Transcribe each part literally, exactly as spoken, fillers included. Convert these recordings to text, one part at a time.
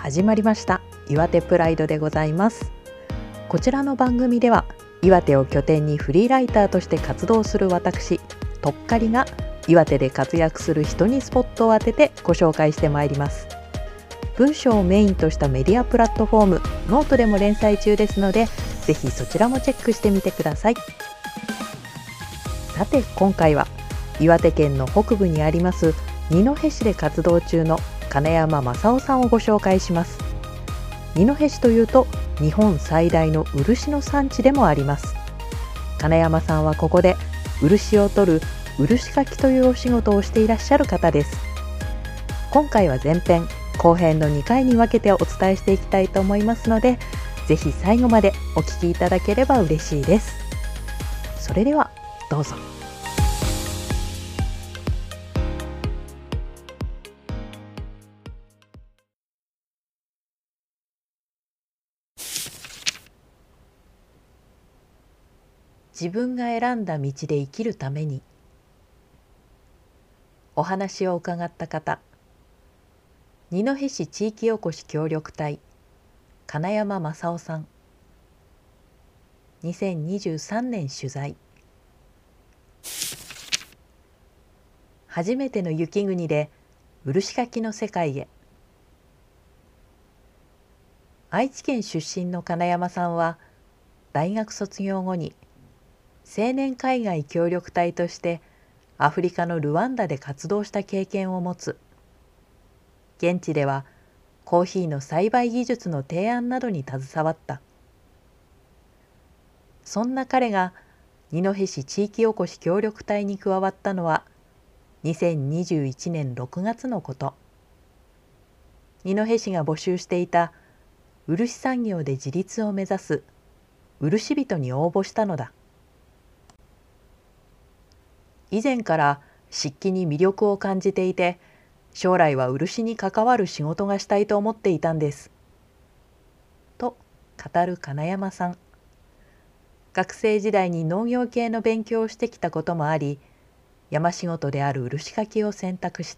始まりました岩手プライドでございます。こちらの番組では岩手を拠点にフリーライターとして活動する私とっかりが岩手で活躍する人にスポットを当ててご紹介してまいります。文章をメインとしたメディアプラットフォームノートでも連載中ですので、ぜひそちらもチェックしてみてください。さて今回は岩手県の北部にあります二戸市で活動中の金山正夫さんをご紹介します。二戸市というと日本最大の漆の産地でもあります。金山さんはここで漆を取る漆かきというお仕事をしていらっしゃる方です。今回は前編後編のにかいに分けてお伝えしていきたいと思いますので、ぜひ最後までお聞きいただければ嬉しいです。それではどうぞ。自分が選んだ道で生きるために。お話を伺った方、二戸市地域おこし協力隊金山正夫さん。にせんにじゅうさんねん取材。初めての雪国で漆かきの世界へ。愛知県出身の金山さんは大学卒業後に青年海外協力隊としてアフリカのルワンダで活動した経験を持つ。現地ではコーヒーの栽培技術の提案などに携わった。そんな彼が二戸市地域おこし協力隊に加わったのはにせんにじゅういちねんろくがつのこと。二戸市が募集していた漆産業で自立を目指す漆人に応募したのだ。以前から漆器に魅力を感じていて、将来は漆に関わる仕事がしたいと思っていたんです。と語る金山さん。学生時代に農業系の勉強をしてきたこともあり、山仕事である漆かきを選択した。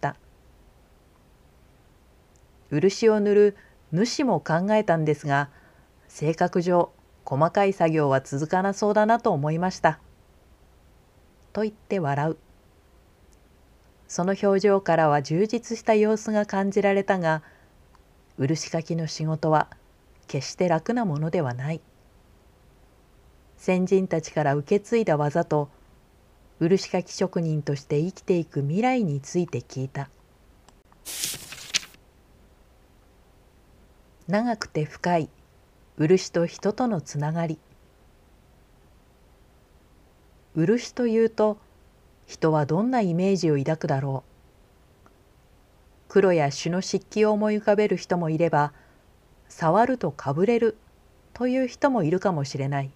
漆を塗る主も考えたんですが、性格上細かい作業は続かなそうだなと思いました。と言って笑う。その表情からは充実した様子が感じられたが、漆かきの仕事は決して楽なものではない。先人たちから受け継いだ技と漆かき職人として生きていく未来について聞いた。長くて深い漆と人とのつながり。漆というと人はどんなイメージを抱くだろう。黒や朱の漆器を思い浮かべる人もいれば、触るとかぶれるという人もいるかもしれない。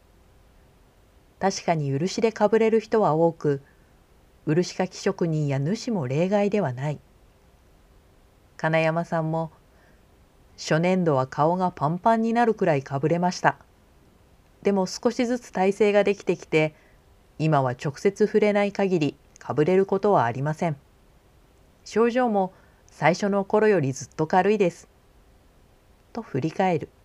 確かに漆でかぶれる人は多く、漆かき職人や主も例外ではない。金山さんも初年度は顔がパンパンになるくらいかぶれました。でも少しずつ体勢ができてきて、今は直接触れない限りかぶれることはありません。症状も最初の頃よりずっと軽いです。と振り返る。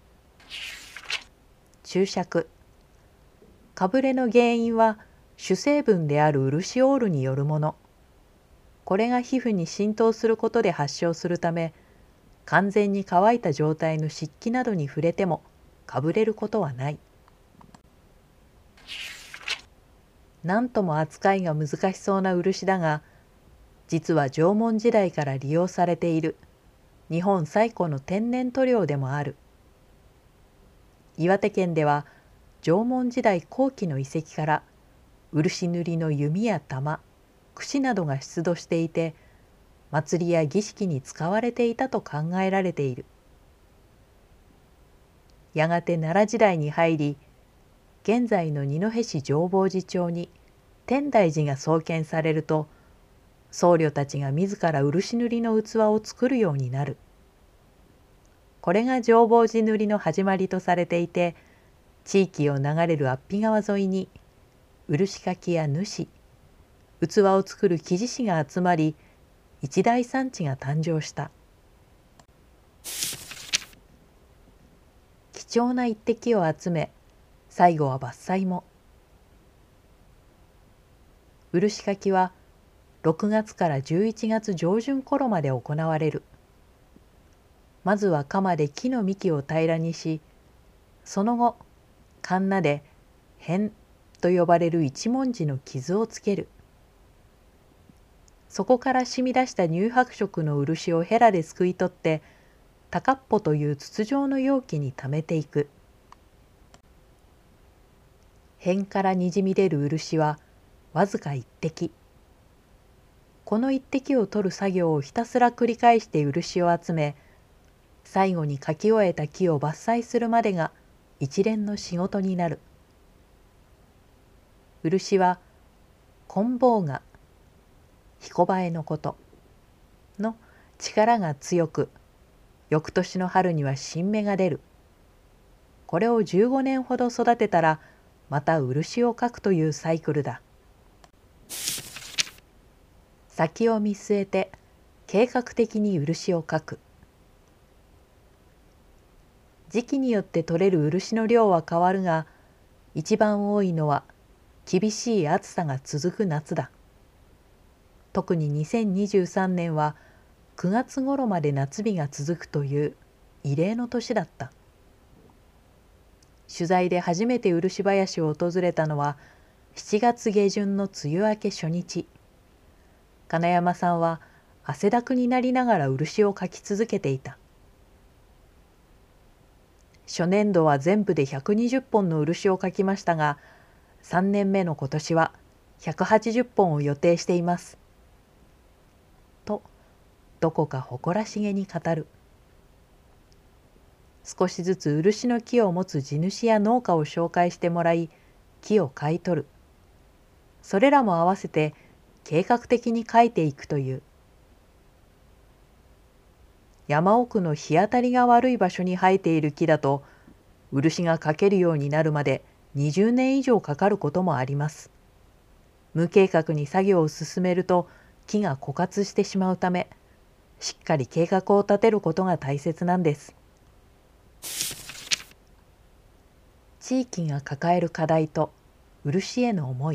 注釈。かぶれの原因は主成分である漆オールによるもの。これが皮膚に浸透することで発症するため、完全に乾いた状態の漆器などに触れてもかぶれることはない。なんとも扱いが難しそうな漆だが、実は縄文時代から利用されている日本最古の天然塗料でもある。岩手県では縄文時代後期の遺跡から漆塗りの弓や玉、櫛などが出土していて、祭りや儀式に使われていたと考えられている。やがて奈良時代に入り、現在の二戸市浄法寺町に天台寺が創建されると、僧侶たちが自ら漆塗りの器を作るようになる。これが浄法寺塗りの始まりとされていて、地域を流れる安比川沿いに漆かきや主、器を作る木地師が集まり、一大産地が誕生した。 貴重な一滴を集め、最後は伐採も。漆かきはろくがつからじゅういちがつ上旬頃まで行われる。まずは鎌で木の幹を平らにし、その後かんなで片と呼ばれる一文字の傷をつける。そこから染み出した乳白色の漆をヘラですくい取って、高っぽという筒状の容器に溜めていく。片からにじみ出る漆はわずか一滴。この一滴を取る作業をひたすら繰り返して漆を集め、最後に描き終えた木を伐採するまでが一連の仕事になる。漆は金棒が彦映えのことの力が強く、翌年の春には新芽が出る。これをじゅうごねんほど育てたらまた漆を描くというサイクルだ。先を見据えて計画的に漆を描く。時期によって取れる漆の量は変わるが、一番多いのは厳しい暑さが続く夏だ。特ににせんにじゅうさんねんはくがつ頃まで夏日が続くという異例の年だった。取材で初めて漆林を訪れたのはしちがつげじゅんの梅雨明け初日。金山さんは汗だくになりながら漆を描き続けていた。初年度は全部でひゃくにじゅっぽんの漆を描きましたが、さんねんめの今年はひゃくはちじゅっぽんを予定しています。と、どこか誇らしげに語る。少しずつ漆の木を持つ地主や農家を紹介してもらい、木を買い取る。それらも合わせて計画的に描いていくという。山奥の日当たりが悪い場所に生えている木だと、漆が描けるようになるまでにじゅうねん以上かかることもあります。無計画に作業を進めると木が枯渇してしまうため、しっかり計画を立てることが大切なんです。地域が抱える課題と漆への思い。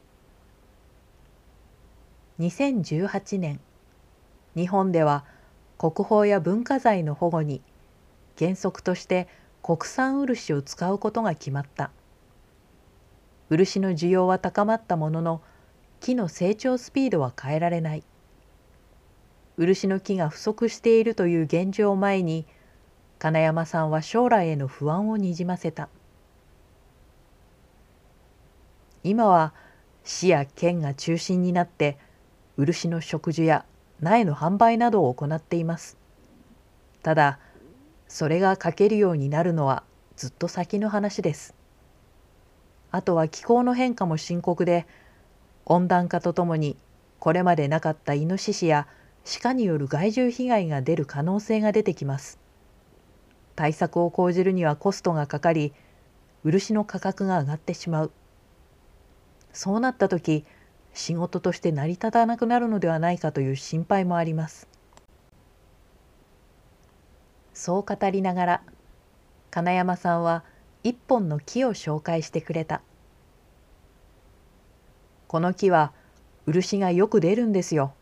にせんじゅうはちねん、日本では国宝や文化財の保護に原則として国産漆を使うことが決まった。漆の需要は高まったものの、木の成長スピードは変えられない。漆の木が不足しているという現状を前に、金山さんは将来への不安をにじませた。今は市や県が中心になって漆の植樹や苗の販売などを行っています。ただ、それが描けるようになるのはずっと先の話です。あとは気候の変化も深刻で、温暖化とともにこれまでなかったイノシシや鹿による害獣被害が出る可能性が出てきます。対策を講じるにはコストがかかり、漆の価格が上がってしまう。そうなった時、仕事として成り立たなくなるのではないかという心配もあります。そう語りながら、金山さんは一本の木を紹介してくれた。この木は漆がよく出るんですよ。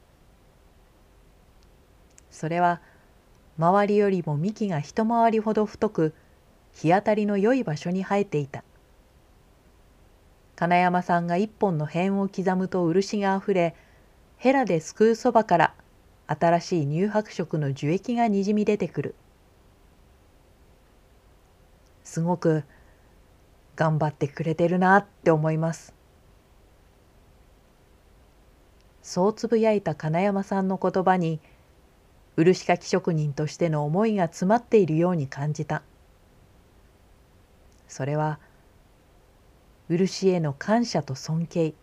それは周りよりも幹が一回りほど太く、日当たりの良い場所に生えていた。金山さんが一本の片を刻むと漆があふれ、ヘラですくうそばから新しい乳白色の樹液がにじみ出てくる。すごく頑張ってくれてるなって思います。そうつぶやいた金山さんの言葉に、漆かき職人としての思いが詰まっているように感じた。それは漆への感謝と尊敬。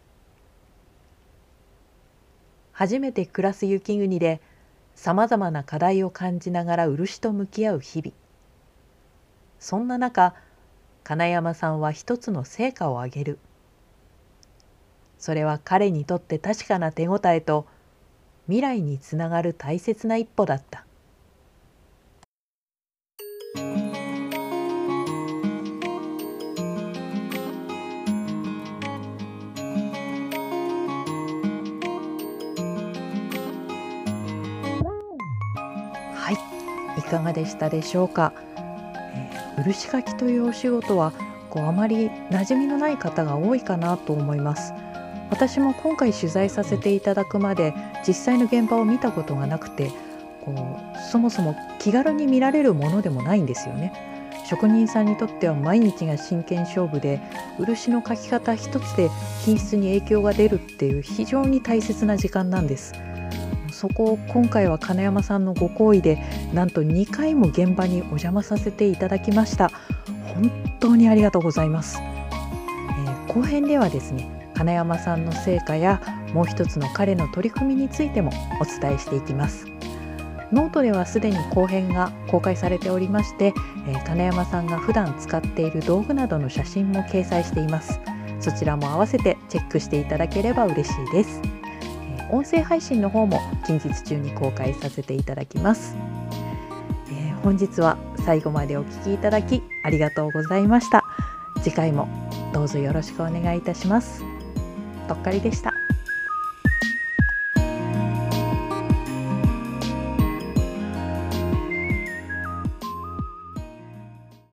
初めて暮らす雪国でさまざまな課題を感じながら漆と向き合う日々。そんな中、金山さんは一つの成果を挙げる。それは彼にとって確かな手応えと未来につながる大切な一歩だった。 かがでしたでしょうか。えー、漆かきというお仕事はこうあまり馴染みのない方が多いかなと思います。私も今回取材させていただくまで実際の現場を見たことがなくて、こうそもそも気軽に見られるものでもないんですよね。職人さんにとっては毎日が真剣勝負で、漆の描き方一つで品質に影響が出るっていう非常に大切な時間なんです。そこを今回は金山さんのご厚意でなんとにかいも現場にお邪魔させていただきました。本当にありがとうございます。えー、後編ではですね、金山さんの成果やもう一つの彼の取り組みについてもお伝えしていきます。ノートではすでに後編が公開されておりまして、えー、金山さんが普段使っている道具などの写真も掲載しています。そちらも合わせてチェックしていただければ嬉しいです。えー、音声配信の方も近日中に公開させていただきます。えー、本日は最後までお聞きいただきありがとうございました。次回もどうぞよろしくお願いいたします。とっかりでした。